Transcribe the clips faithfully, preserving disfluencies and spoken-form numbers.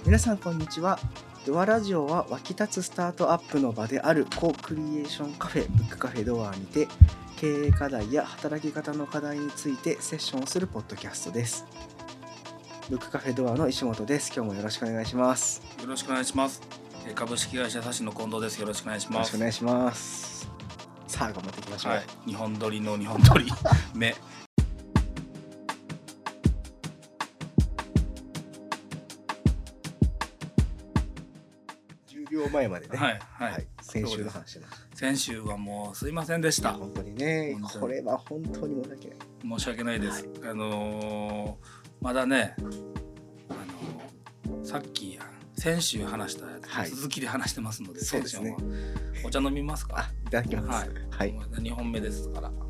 皆さんこんにちは。ドアラジオは湧き立つスタートアップの場であるコクリエーションカフェブックカフェドアにて経営課題や働き方の課題についてセッションをするポッドキャストです。ブックカフェドアの石本です。今日もよろしくお願いします。 よろしくお願いします。株式会社サシの近藤です。よろしくお願いします。 よろしくお願いします。さあ頑張っていきましょう。 はい、日本撮りの日本撮り目じゅうびょうまえまでね、 はいはいはい、 先週の話しました。 先週はもうすいませんでした。 本当にね、これは本当に申し訳ない申し訳ないです、はい、あのー、まだね、あのー、さっき先週話したやつ、はい、続きで話してますので、 そうですね、 お茶飲みますか？ あ、いただきます。はい。 はい、にほんめですから。はい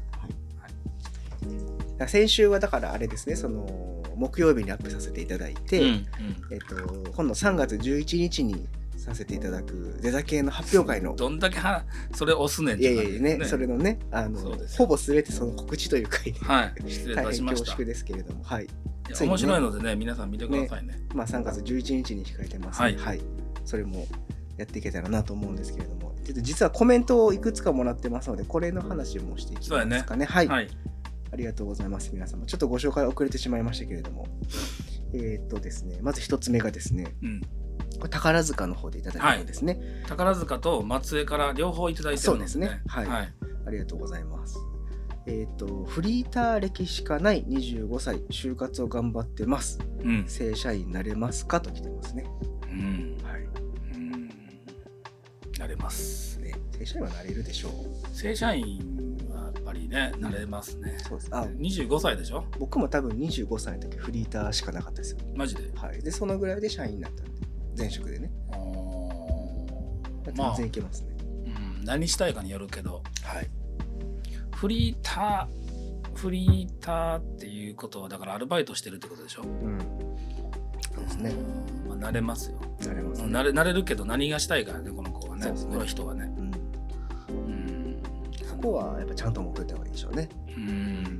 はい、先週はだからあれですね、その木曜日にアップさせていただいて、うんうん、えっと今度さんがつじゅういちにちにさせていただくデザ系の発表会のどんだけはそれ押すねんっていやいやね、それのね、あのほぼ全てその告知という回で、 はい、失礼いたしました。 大変恐縮ですけれども、はい。 いや、ね、面白いのでね、皆さん見てくださいね。ね、 まあさんがつじゅういちにちに控えてます、ね、はい、はい。それもやっていけたらなと思うんですけれども、実はコメントをいくつかもらってますので、これの話もしていきますかね。はい、はい。ありがとうございます。皆様ちょっとご紹介遅れてしまいましたけれども、えー、っとですね、まず一つ目がですね、うん、これ宝塚の方でいただいたものですね、 はい、宝塚と松江から両方いただいてるのですね。 そうですね、はい、はい、ありがとうございます。えー、とフリーター歴しかないにじゅうごさい、就活を頑張ってます、うん、正社員なれますかと来てますね。うん、はい、うん、 なれますね。正社員はなれるでしょう。 正社員はやっぱりね、なれますね。 そうです。あ、 にじゅうごさいでしょ。 僕も多分にじゅうごさいの時フリーターしかなかったですよ。 マジで。 はい。でそのぐらいで社員になったんで、前職でね。あ全然いけますね、 まあ、うん、何したいかによるけど、 はい。 フリーターフリーターっていうことはだからアルバイトしてるってことでしょ。うん、 そうですね。 まあ、慣れますよ。 慣れます、ね。 慣れ、慣れるけど何がしたいからね、この子はね。この人はね。うん。 うん、そこはやっぱちゃんと持っといた方がいいでしょうね。うん。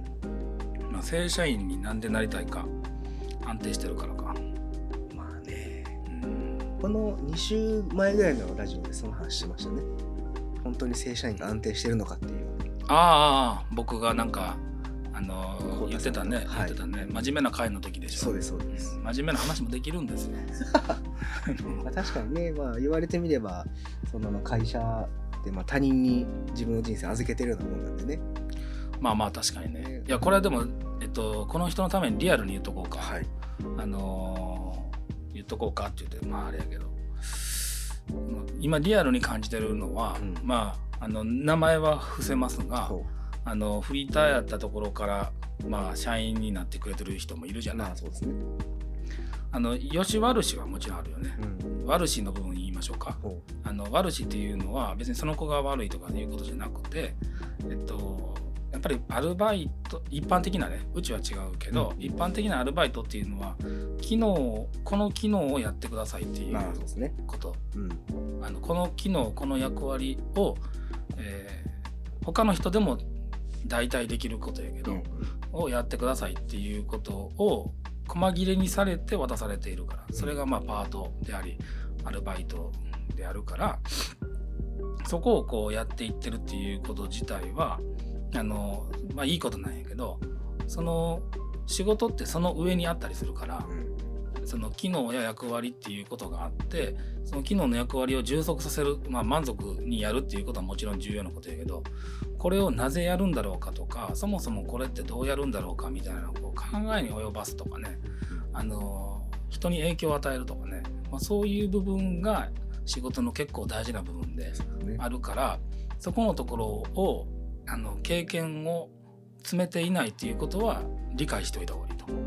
まあ正社員になんでなりたいか、安定してるからか。 まあね。うん、このに週前ぐらいのラジオでその話してましたね。本当に正社員が安定してるのかっていう。 ああ、僕がなんかあのー、言ってたね、言ってたね、真面目な会の時でしょ。 そうですそうです。 真面目な話もできるんですよ。 まあ確かにね、まあ言われてみればその会社でまあ他人に自分の人生預けてるようなもんなんでね。 まあまあ確かにね。いやこれはでもえっとこの人のためにリアルに言っとこうか。はい、あのー、言っとこうかって言ってまああれやけど、今リアルに感じてるのは、うん、まあ。あの名前は伏せますが、あのフリーターやったところから、まあ、社員になってくれてる人もいるじゃない。 まあ、そうですね。 あの良し悪しはもちろんあるよね、うん、悪しの部分言いましょうか。あの悪しっていうのは別にその子が悪いとかいうことじゃなくて、えっと、やっぱりアルバイト一般的なね、うちは違うけど、うん、一般的なアルバイトっていうのは機能この機能をやってくださいっていうこと、まあそうですね、うん、あのこの機能この役割をえー、他の人でも代替できることやけど、うん、をやってくださいっていうことを細切れにされて渡されているから、それがまあパートでありアルバイトであるから、そこをこうやっていってるっていうこと自体はあの、まあ、いいことなんやけど、その仕事ってその上にあったりするから、うん、その機能や役割っていうことがあって、その機能の役割を充足させる、まあ、満足にやるっていうことはもちろん重要なことやけど、これをなぜやるんだろうかとか、そもそもこれってどうやるんだろうかみたいなのをこう考えに及ばすとかね、あの人に影響を与えるとかね、まあ、そういう部分が仕事の結構大事な部分であるから、そこのところをあの経験を詰めていないっていうことは理解しておいた方がいいと、うん、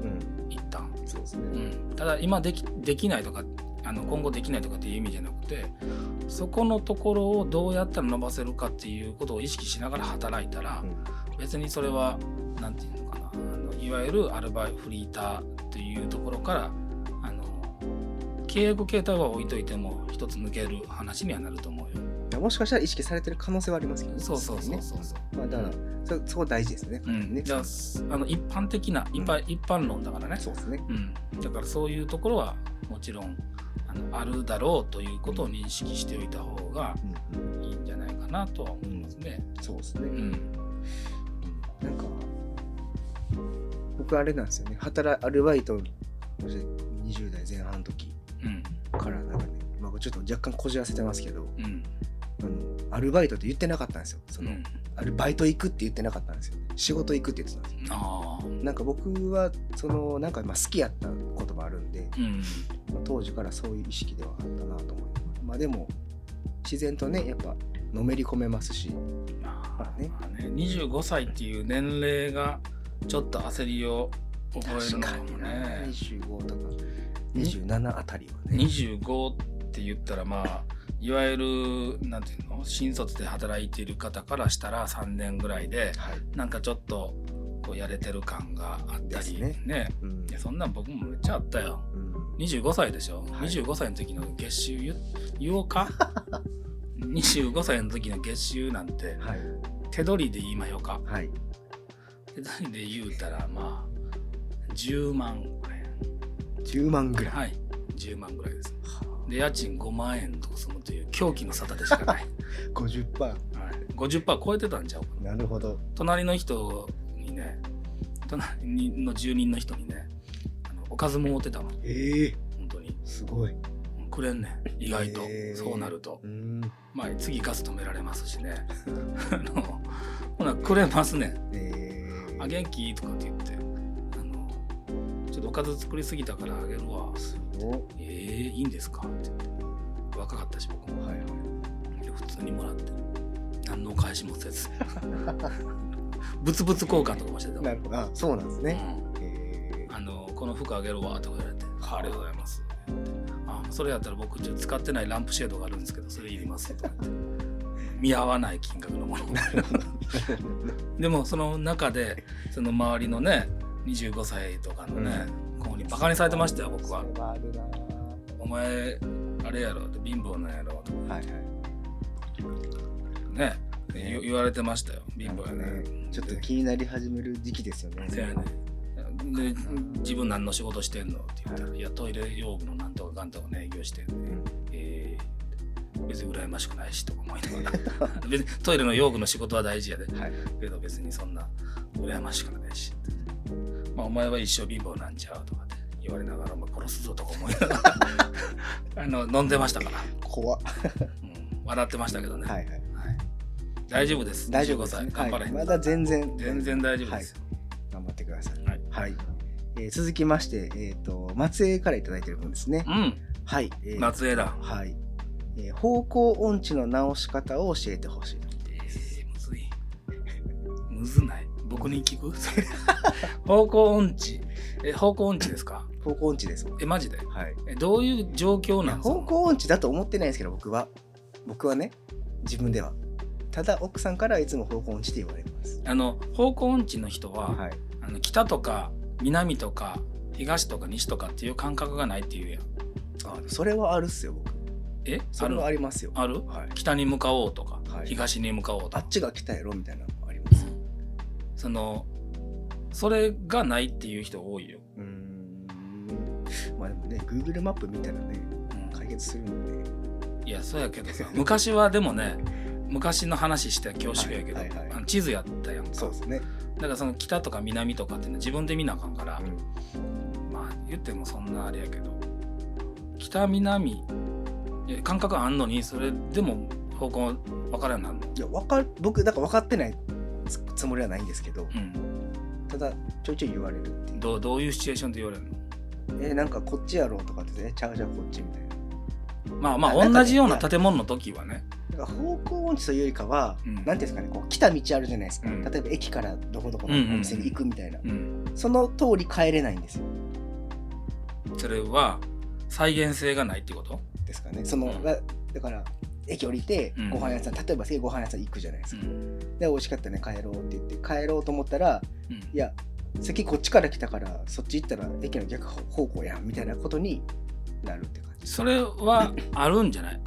一旦。 そうですね、 うん、ただ今でき、できないとかあの今後できないとかっていう意味じゃなくて、そこのところをどうやったら伸ばせるかっていうことを意識しながら働いたら、うん、別にそれはなんていうのかな、あのいわゆるアルバイトフリーターっていうところからあの契約形態は置いといても一つ抜ける話にはなると思うよ。 もしかしたら意識されてる可能性はありますけどね。 そうそうそうそうそう、 まあ、だからそそこ大事ですね。 うん、 ねじゃああの一般的な一般、うん、一般論だからね。 そうですね、 うん、だからそういうところはもちろんあのあるだろうということを認識しておいた方がいいんじゃないかなとは思いますね。 うん、そうですね、 うん、 なんか僕あれなんですよね、働アルバイトにじゅう代前半の時からなんかね、まあ、ちょっと若干こじらせてますけど、うん、あのアルバイトって言ってなかったんですよ。その、うん、アルバイト行くって言ってなかったんですよ。仕事行くって言ってたんですよ。あなんか僕はそのなんかまあ好きやったこともあるんで、うんまあ、当時からそういう意識ではあったなと思います。まあでも自然とねやっぱのめり込めますし、 まあねまあね、にじゅうごさいっていう年齢がちょっと焦りを覚えるのかもね。 にじゅうごとかにじゅうななあたりはね。 にじゅうごって言ったらまあいわゆるなんていうの新卒で働いている方からしたらさんねんぐらいで、はい、なんかちょっとこうやれてる感があったりね。ね、うん、いやそんなん僕もめっちゃあったよ。うん、にじゅうごさいでしょ。はい、にじゅうごさいの時の月収 言, 言おうか。にじゅうごさいの時の月収なんて、はい、手取りで言いましょうか。はい、手取りで言うたらまあじゅうまんぐらい。 じゅうまんぐらい。 はい、じゅうまんぐらいです。で家賃ごまんえんとか住むという狂気の沙汰でしかない。 ごじゅっパーセント、 はい、ごじゅっパーセント 超えてたんちゃうかな。なるほど。 隣の人にね、隣の住人の人にね、あのおかずも持ってたの。 ええー、 本当に。 すごい。 くれんねん、意外と、えー、そうなると。うん、まあ次ガス止められますしね。あのほなくれますねん。えー、あ元気とかって言って、あのちょっとおかず作りすぎたからあげるわ。すごい。えー、いいんですかって言って。若かったし僕も。はいはい。で普通にもらって、何のお返しもせず。ブツブツ交換とかもしてた。 なるほど。あ、そうなんですね。 うん、えー、あのこの服あげるわとか言われて、ありがとうございます。あそれやったら僕ちょっと使ってないランプシェードがあるんですけどそれいりますとか言って見合わない金額のものでもその中でその周りのねにじゅうごさいとかのね、うん、子にバカにされてましたよ僕は。あるなお前あれやろ貧乏なんやろとか、はいはい、ねね言われてましたよ貧乏やね。 ちょっと気になり始める時期ですよね。 そうやね。で自分何の仕事してんのって言ったら、はい、いやトイレ用具のなんとかかんとかね営業してんね、うんえー、別に羨ましくないしとか思いながら別にトイレの用具の仕事は大事やで、はい、けど別にそんな羨ましくないし、まあ、お前は一生貧乏なんちゃうとかって言われながら、まあ、殺すぞとか思いながらあの飲んでましたから怖っ、 うん、笑ってましたけどね、はいはいはい、大丈夫です。 大丈夫です、ね、 にじゅうごさい頑張れ、はい、 まだ全然全然大丈夫です、 はい、頑張ってください。はい、はいえー、続きまして、えー、と松江からいただいている分ですね。 うん。はい。えー、松江だ。 はい、えー。方向音痴の直し方を教えてほしい。 えー、むずい。むずない。僕に聞く？方向音痴。え、方向音痴ですか？ 方向音痴です。 え、マジで？はい。え、どういう状況なんですか？ 方向音痴だと思ってないんですけど、僕は。僕はね、自分では。ただ奥さんからはいつも方向音痴って言われます。 あの方向音痴の人は、はい、あの北とか南とか東とか西とかっていう感覚がないっていうやん。 あ、それはあるっすよ僕。 え？ それはありますよ。 ある？はい、北に向かおうとか、はい、東に向かおうとか。 あっちが北やろみたいなのもあります。 そのそれがないっていう人多いよ。 うーん。まあでもね Google マップ見たらね、うん、解決するんで。 いやそうやけどさ昔はでもね昔の話して恐縮やけど、はいはいはい、あの地図やったやんか。 そうですね。 だからその北とか南とかっていうのは自分で見なあかんから、うん、まあ言ってもそんなあれやけど北南感覚あんのにそれでも方向分からんなんの？ いや分か僕だから分かってないつもりはないんですけど、うん、ただちょいちょい言われるっていう。 どうどういうシチュエーションで言われるの？ えー、なんかこっちやろうとかってね、ちゃうじゃんこっちみたいな。 まあまあ同じような建物の時はね。 だから方向音痴というよりかは、うん、なんていうんですかね、こう来た道あるじゃないですか、うん、例えば駅からどこどこのお店に行くみたいな、うんうんうん、その通り帰れないんですよ。 それは再現性がないってことですかね。その、うん、だから駅降りてご飯屋さん、うん、例えばご飯屋さん行くじゃないですか、うん、で美味しかったね帰ろうって言って帰ろうと思ったら、うん、いや先こっちから来たからそっち行ったら駅の逆方向やんみたいなことになるって感じ。 それはあるんじゃない？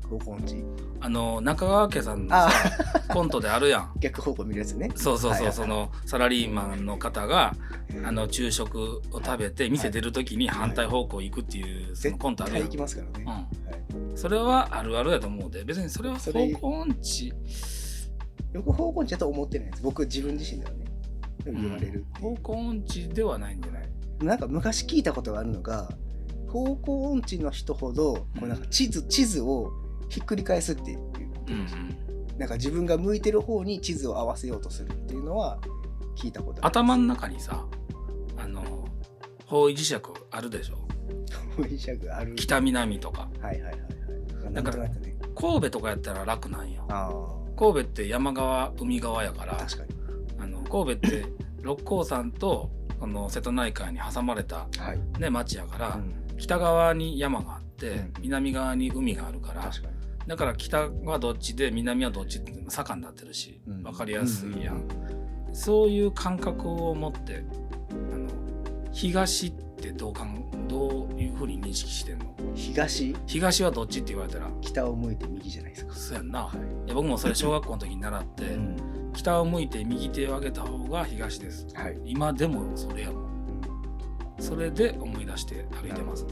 方向音痴。 あの中川家さんのさコントであるやん。 逆方向見るやつね。 そうそうそう、はい、そのサラリーマンの方があの昼食を食べて店出る時に反対方向行くっていうそのコントあるやん。 絶対行きますからね、うん、 はい、それはあるあるやと思うで、別にそれは方向音痴横方向音痴だと思ってないです。僕自分自身ではね言われる、 うん、方向音痴ではないんじゃない。 なんか昔聞いたことがあるのが、方向音痴の人ほどこうなんか地図、地図をひっくり返すっていう、うんうん、なんか自分が向いてる方に地図を合わせようとするっていうのは聞いたことある。 頭の中にさ、あの方位磁石あるでしょ。 方位磁石ある。 北南とか。 はいはいはいはい。 だから、ね、神戸とかやったら楽なんよ。あ神戸って山側海側やから。確かに。あの神戸って六甲山とあの瀬戸内海に挟まれた、はいね、町やから、うん、北側に山があって、うん、南側に海があるから、確かにだから北はどっちで南はどっちって坂になってるし、うん、分かりやすいやん、うん、そういう感覚を持ってあの東ってどうかんどういうふうに認識してんの。 東東はどっちって言われたら北を向いて右じゃないですか。 そうやんな、はい、いや僕もそれ小学校の時に習って、うん、北を向いて右手を上げた方が東です、はい、今でもそれやもん、うん、それで思い出して歩いてます、はい、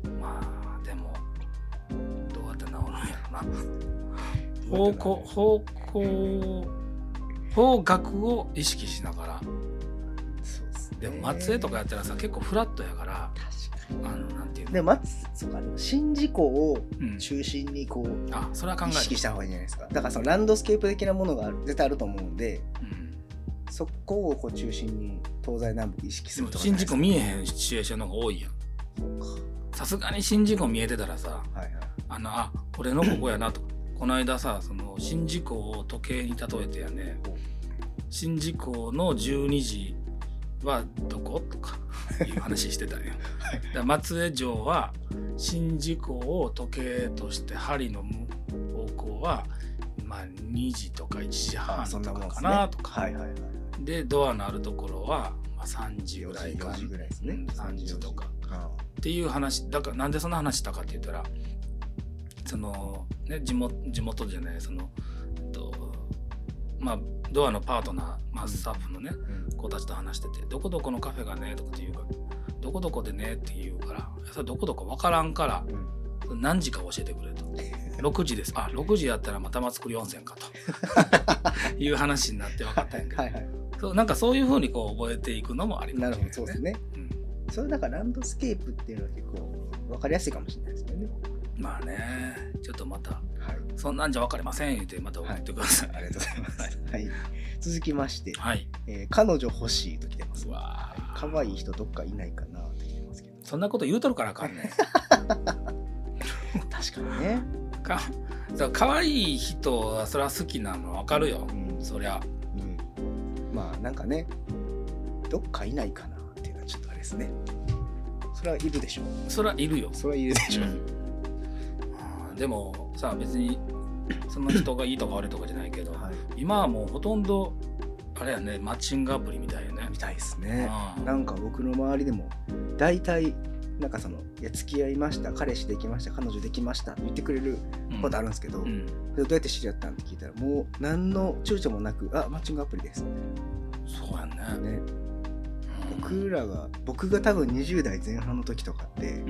うん、まあでもどうやって治るんやろな方向方向方角を意識しながら。そうですね、でも松江とかやったらさ結構フラットやから確かにあのなんていうので松そうか宍道湖を中心にこう、うん、あそれは考え意識した方がいいんじゃないですか。だからそのランドスケープ的なものがある絶対あると思うんで、うん、そこをこう中心に東西南北意識するとか。 宍道湖見えへんシチュエーションの方が多いやん。さすがに宍道湖見えてたらさ、はいはい、あのあこれのここやなとこの間さその宍道湖を時計に例えてやね宍道湖のじゅうにじはどことかいう話してたんよ。だ松江城は宍道湖を時計として針の方向はまあにじとかいちじはんとかかなとか。はいはいはい。でドアのあるところはまあさんじぐらいかよじぐらいですね。さんじとかっていう話だからなんでそんな話したかって言ったらそのね地元地元じゃないそのえっとまあドアのパートナー、まあ、スタッフのね、うん、子たちと話しててどこどこのカフェがねとかって言うからどこどこでねって言うからそれどこどこ分からんから、うん、何時か教えてくれとろくじですあろくじやったらまた玉造温泉かという話になって分かったんやけどはい、はい、そうなんかそういう風にこう覚えていくのもありかもしれないですね。なるほどそうですね、 うん、それだからランドスケープっていうのは結構分かりやすいかもしれないですよね。 まあねちょっとまた、はい、そんなんじゃ分かりません言ってまた送ってください、 はい、ありがとうございます、はい、続きまして、 はいえー、彼女欲しいと来てます。わ可愛い人どっかいないかなって来てますけどそんなこと言うとるからあかんね確かにねか可愛い人はそれは好きなの分かるよ、うん、そりゃ、うん、 まあなんかねどっかいないかなっていうのはちょっとあれですね。それはいるでしょう。 それはいるよ。 それはいるでしょう、 うん、でもさ別にその人がいいとか悪いとかじゃないけど、はい、今はもうほとんどあれやねマッチングアプリみたいよね。 みたいですね。なんか僕の周りでも大体なんかそのいや付き合いました彼氏できました彼女できましたって言ってくれることあるんですけど、うん、どうやって知り合ったんって聞いたらもう何の躊躇もなくあマッチングアプリですみたいな。 そうやね。ね僕らが僕が多分にじゅう代前半の時とかって、うん、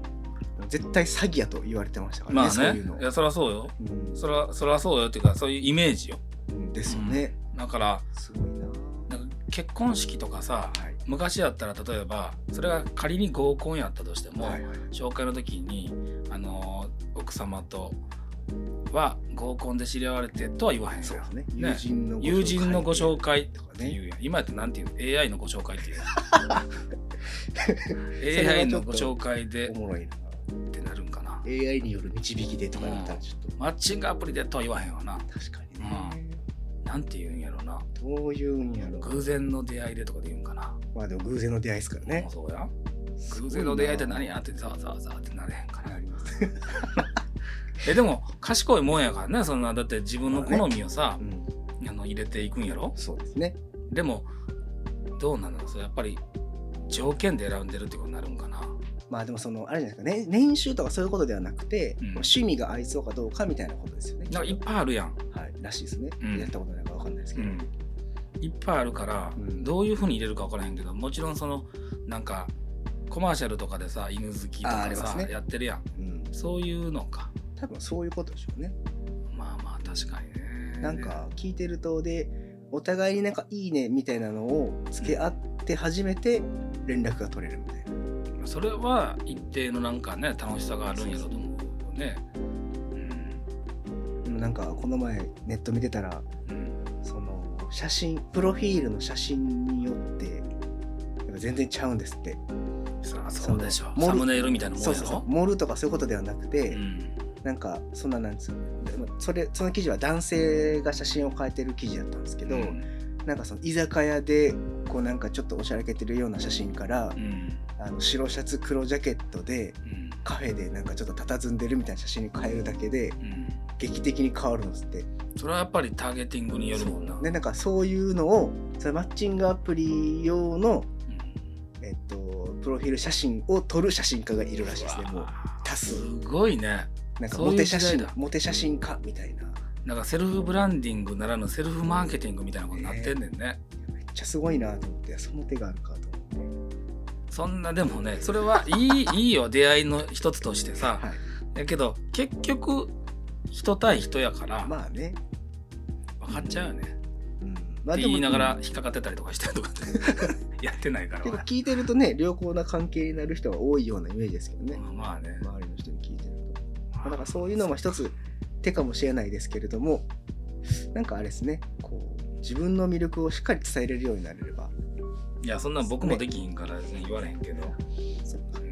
絶対詐欺やと言われてましたからね。まあねそういうのいやそりゃそうよ、うん、そりゃそりゃそうよっていうかそういうイメージよ、 うん、ですよね、 うん、だからすごいな。なんか結婚式とかさ、はい、昔やったら例えばそれが仮に合コンやったとしても、はいはい、紹介の時にあの奥様とは合コンで知り合われてとは言わへんよ。そうですね。友人のご紹介、友人のご紹介とかね。いうやん今やってなんていうの エーアイ のご紹介っていうエーアイ のご紹介でおもろいなってなるんかな。 エーアイ による導きでとかだったらちょっと、 うん、マッチングアプリでとは言わへんわな。 確かにね、 うん、なんて言うんやろな。 どういうんやろ。 偶然の出会いでとかで言うんかな。 まあでも偶然の出会いですからね。 そうや偶然の出会いって何やってざわざわざわってなれへんかな。えでも賢いもんやからね。そんなだって自分の好みをさ、ねうん、あの入れていくんやろ。 そうですね。 でもどうなのそれやっぱり条件で選んでるってことになるんかな。 まあでもそのあれじゃないですか、ね、年収とかそういうことではなくて、うん、趣味が合いそうかどうかみたいなことですよね。 なんかいっぱいあるやん。 はい、らしいですね。うん、やったことないか分かんないですけど、うん、 いっぱいあるから、うん、どういうふうに入れるか分からへんけど、もちろんそのなんかコマーシャルとかでさ犬好きとかさ、ね、やってるやん、うん、そういうのか。 多分そういうことでしょうね。 まあまあ確かにね。 なんか聞いてるとでお互いになんかいいねみたいなのを付け合って初めて連絡が取れるみたいな、 それは一定のなんかね楽しさがあるんやろうと思うね。 うん、でもなんかこの前ネット見てたら、うん、その写真プロフィールの写真によって全然ちゃうんですって。 さあそうでしょ。サムネイルみたいなもんやろ。 そうそうそう、盛るとかそういうことではなくて、うん、なんかそんななんですよ。それその記事は男性が写真を変えてる記事だったんですけど、うん、なんかその居酒屋でこうなんかちょっとおしゃれけてるような写真から、うん、あの白シャツ黒ジャケットで、うん、カフェでなんかちょっと佇んでるみたいな写真に変えるだけで、うん、劇的に変わるのって。 それはやっぱりターゲティングによるもんな。 でなんかそういうのをそれマッチングアプリ用の、うん、えっとプロフィール写真を撮る写真家がいるらしいですね。もう多数。 すごいね。 なんかモテ写真モテ写真家みたいな。 なんかセルフブランディングならぬセルフマーケティングみたいなことになってんねんね。 えー、めっちゃすごいなと思って、その手があるかと思って。 そんなでもね、それはいいいいよ出会いの一つとしてさ。はい、だけど結局人対人やから。 まあね。 分かっちゃうよね。うん。まあ、って言いながら引っかかってたりとかしてるとかやってないから。 結構聞いてるとね良好な関係になる人が多いようなイメージですけどね。 まあね。 周りの人に聞いてると。まあ、だからそういうのも一つ手かもしれないですけれども、なんかあれですね、こう自分の魅力をしっかり伝えれるようになれれば。 いやそんなん僕もできひんからですね、言われへんけど。そうか。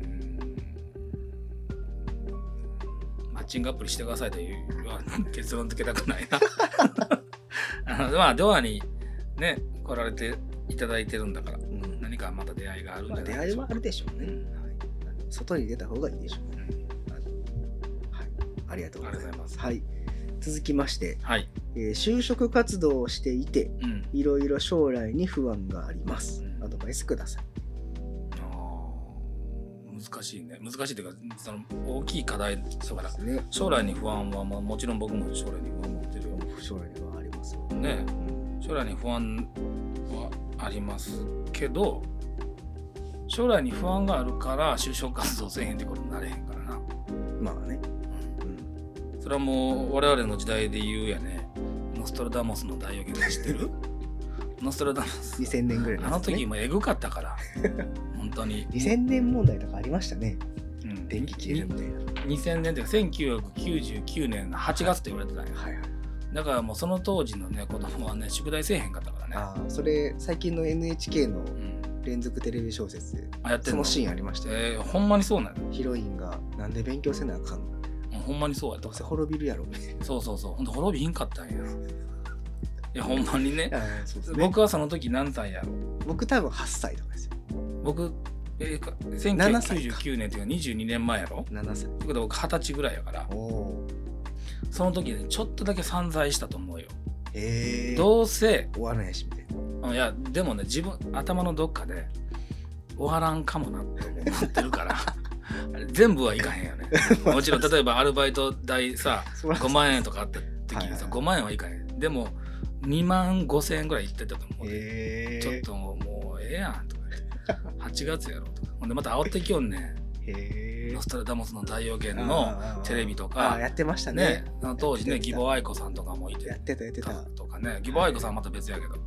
マッチングアプリしてくださいという結論付けたくないな。あのまあドアにね来られていただいてるんだから、うん、何かまた出会いがあるんじゃないでしょうか。 まあ、出会いはあるでしょうね。うん、はい、外に出た方がいいでしょうね。うん、はい、ありがとうございます。はい。続きまして、はい、えー、就職活動をしていて、うん、いろいろ将来に不安があります。うん、アドバイスください。 あ、難しいね。難しいというか、その大きい課題だから、ね、将来に不安は、まあ、もちろん僕も将来に不安持ってるよ。 将来に不安ありますよね。うん、将来に不安はありますけど、将来に不安があるから就職活動せえへんってことになれへんからな。 まあね。 それはもう我々の時代で言うやね、ノストラダムスの大予言知ってる？ノストラダムスにせんねんぐらい、ね、 あの時もエグかったから本当ににせんねん問題とかありましたね、うん、電気消えるみたいな。 にせんねんってせんきゅうひゃくきゅうじゅうきゅうねんのはちがつって言われてたんや、はいはいはい、だからもうその当時のね子供はね宿題せえへんかったからね。 ああ、それ最近の エヌエイチケー の連続テレビ小説で、うん、そのシーンありましたよ、ね。 えー、ほんまにそうなの？ ヒロインがなんで勉強せなあかんの？ ほんまにそうやった。 どうせ滅びるやろね。 そうそうそう。ほんと滅びひんかったんや。いやほんまにね。そうですね。僕はその時何歳やろ？ 僕多分はっさいとかですよ。 僕、えー、せんきゅうひゃくきゅうじゅうきゅうねんっていうかにじゅうにねんまえやろ？ ななさい。 ということで僕はたちぐらいやから。おその時ねちょっとだけ散財したと思うよ。へえ。どうせ終わらないしみたいな。 いやでもね自分頭のどっかで終わらんかもなって思ってるから。全部はいかへんよね。もちろん例えばアルバイト代さごまんえんとかあった時にさ、はいはい、ごまんえんはいかへん。でもにまんごせんえんぐらいいってたと思う、ね、ちょっともうええやんとかはちがつやろとかほんでまた煽ってきよんねん。へノストラダムスの大予言のテレビとかやってましたね。 ね当時ね義母愛子さんとかもいてやってたやってたとかね義母愛子さんはまた別やけど、はい、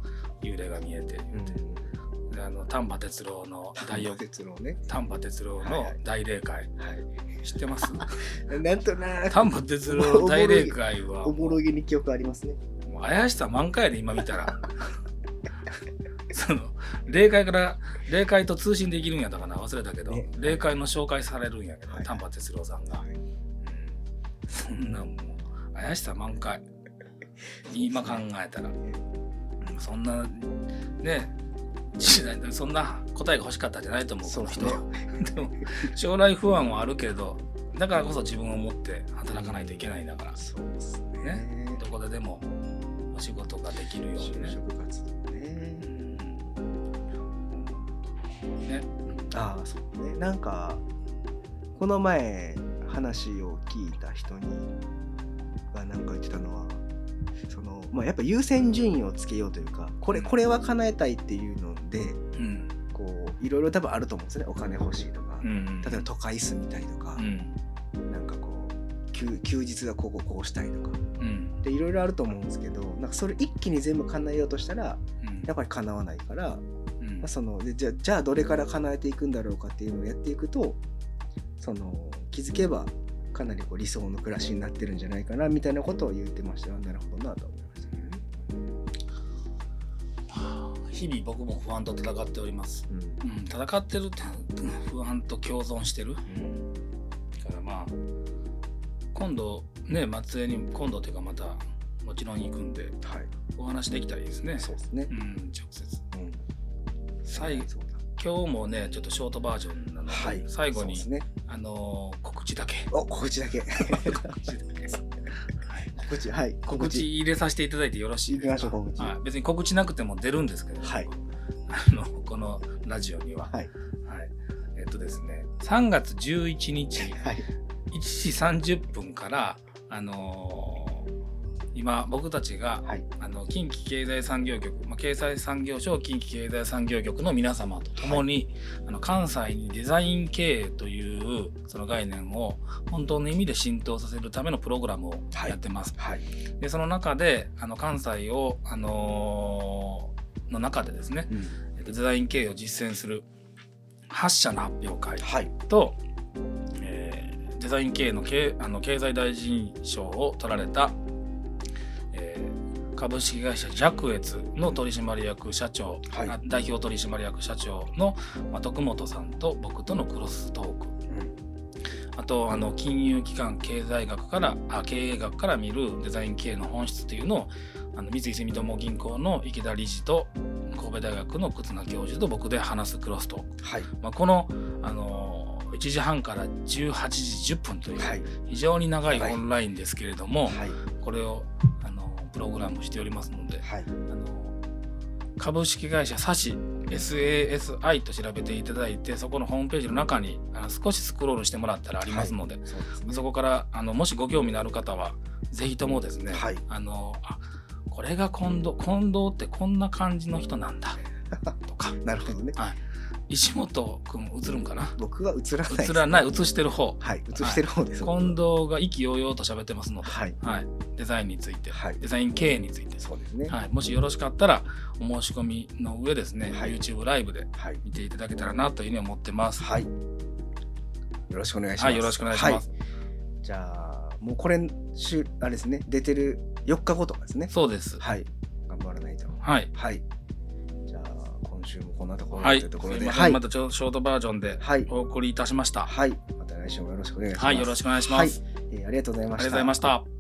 幽霊が見えて言うて、うんあの丹波哲郎の大予言、丹波哲郎の大霊会、はいはい、知ってます？ なんとな丹波哲郎の大霊会はおぼろげに記憶ありますね。 もう怪しさ満開で今見たらその霊界から霊界と通信できるんやったかな忘れたけど、ね、霊界の紹介されるんやけど、はい、丹波哲郎さんが、はい、そんなもう怪しさ満開今考えたらそんなねそんな答えが欲しかったんじゃないと思う、この人は。でも将来不安はあるけどだからこそ自分を持って働かないといけないんだから、そうですね、ねどこででもお仕事ができるようにね。就職活動ね、 うん、ねああそうねなんかこの前話を聞いた人にがなんか言ってたのは、その、まあ、やっぱ優先順位をつけようというか、これこれは叶えたいっていうので、うん、こういろいろ多分あると思うんですね。お金欲しいとか、うん、例えば都会住みたいとか、うん、なんかこう 休, 休日がこうこうしたいとか、うん、でいろいろあると思うんですけど、なんかそれ一気に全部叶えようとしたら、うん、やっぱり叶わないから、うんまあ、そのでじゃあ、じゃあどれから叶えていくんだろうかっていうのをやっていくと、その気づけばかなりこう理想の暮らしになってるんじゃないかなみたいなことを言ってましたよ。なるほどなと思いましたけどね。 日々僕も不安と戦っております、うんうん、戦ってるって不安と共存してる、うん、だからまあ今度ね松江に今度というかまたもちろん行くんで、はい、お話できたらいいですね。 そうですね、うん、 直接、うん、最後今日もねちょっとショートバージョンなので、はい、最後に、ね、あのー、告知だけお告知だけ告知だけ告知、はい、 告知入れさせていただいてよろしいですか。 告知、 はい、別に告知なくても出るんですけど、はい、あのこのラジオには、はいはい、えっとですねさんがつじゅういちにち、はい、いちじさんじゅっぷんからあのー、今僕たちが、はい、あの近畿経済産業局、まあ、経済産業省近畿経済産業局の皆様と共に、はい、あの関西にデザイン経営というその概念を本当の意味で浸透させるためのプログラムをやってます、はいはい、でその中であの関西を、あのー、の中でですね、うん、えっと、デザイン経営を実践するはっしゃの発表会と、はい、えー、デザイン経営の経、あの経済大臣賞を取られた株式会社ジャクエツの取締役社長、はい、代表取締役社長の、まあ、徳本さんと僕とのクロストーク、うん、あとあの金融機関経済学からあ経営学から見るデザイン経営の本質というのをあの三井住友銀行の池田理事と神戸大学の忽那教授と僕で話すクロストーク、はい、まあ、この、あのー、いちじはんからじゅうはちじじゅっぷんという非常に長いオンラインですけれども、はいはい、これをあのプログラムしておりますので、はい、あの株式会社サシ エスエーエスアイ と調べていただいて、そこのホームページの中にあの少しスクロールしてもらったらありますので、はい、 そうですね、そこからあのもしご興味のある方はぜひともですね、はい、あのあこれが近藤近藤ってこんな感じの人なんだとかなるほどね、 はい、石本くん映るんかな。 僕は映らない、ね、 映らない、映してる方、 はい、映してる方です、 はい、近藤が意気揚々と喋ってますので、はいはい、デザインについて、はい、デザイン経営について、 そうですね、 はい、もしよろしかったらお申し込みの上ですね、はい、YouTube ライブで見ていただけたらなというふうに思ってます。 はい、よろしくお願いします。 はい、よろしくお願いします。はい、 じゃあもうこれ週あれですね、出てるよっかごとかですね。 そうです。 はい、頑張らないと。 はい。 はい。じゃあ今週もこんなところというところで、 はい、またちょショートバージョンでお送りいたしました。 はい。また来週もよろしくお願いします。 はい、よろしくお願いします。 はい、えー、ありがとうございました。 ありがとうございました。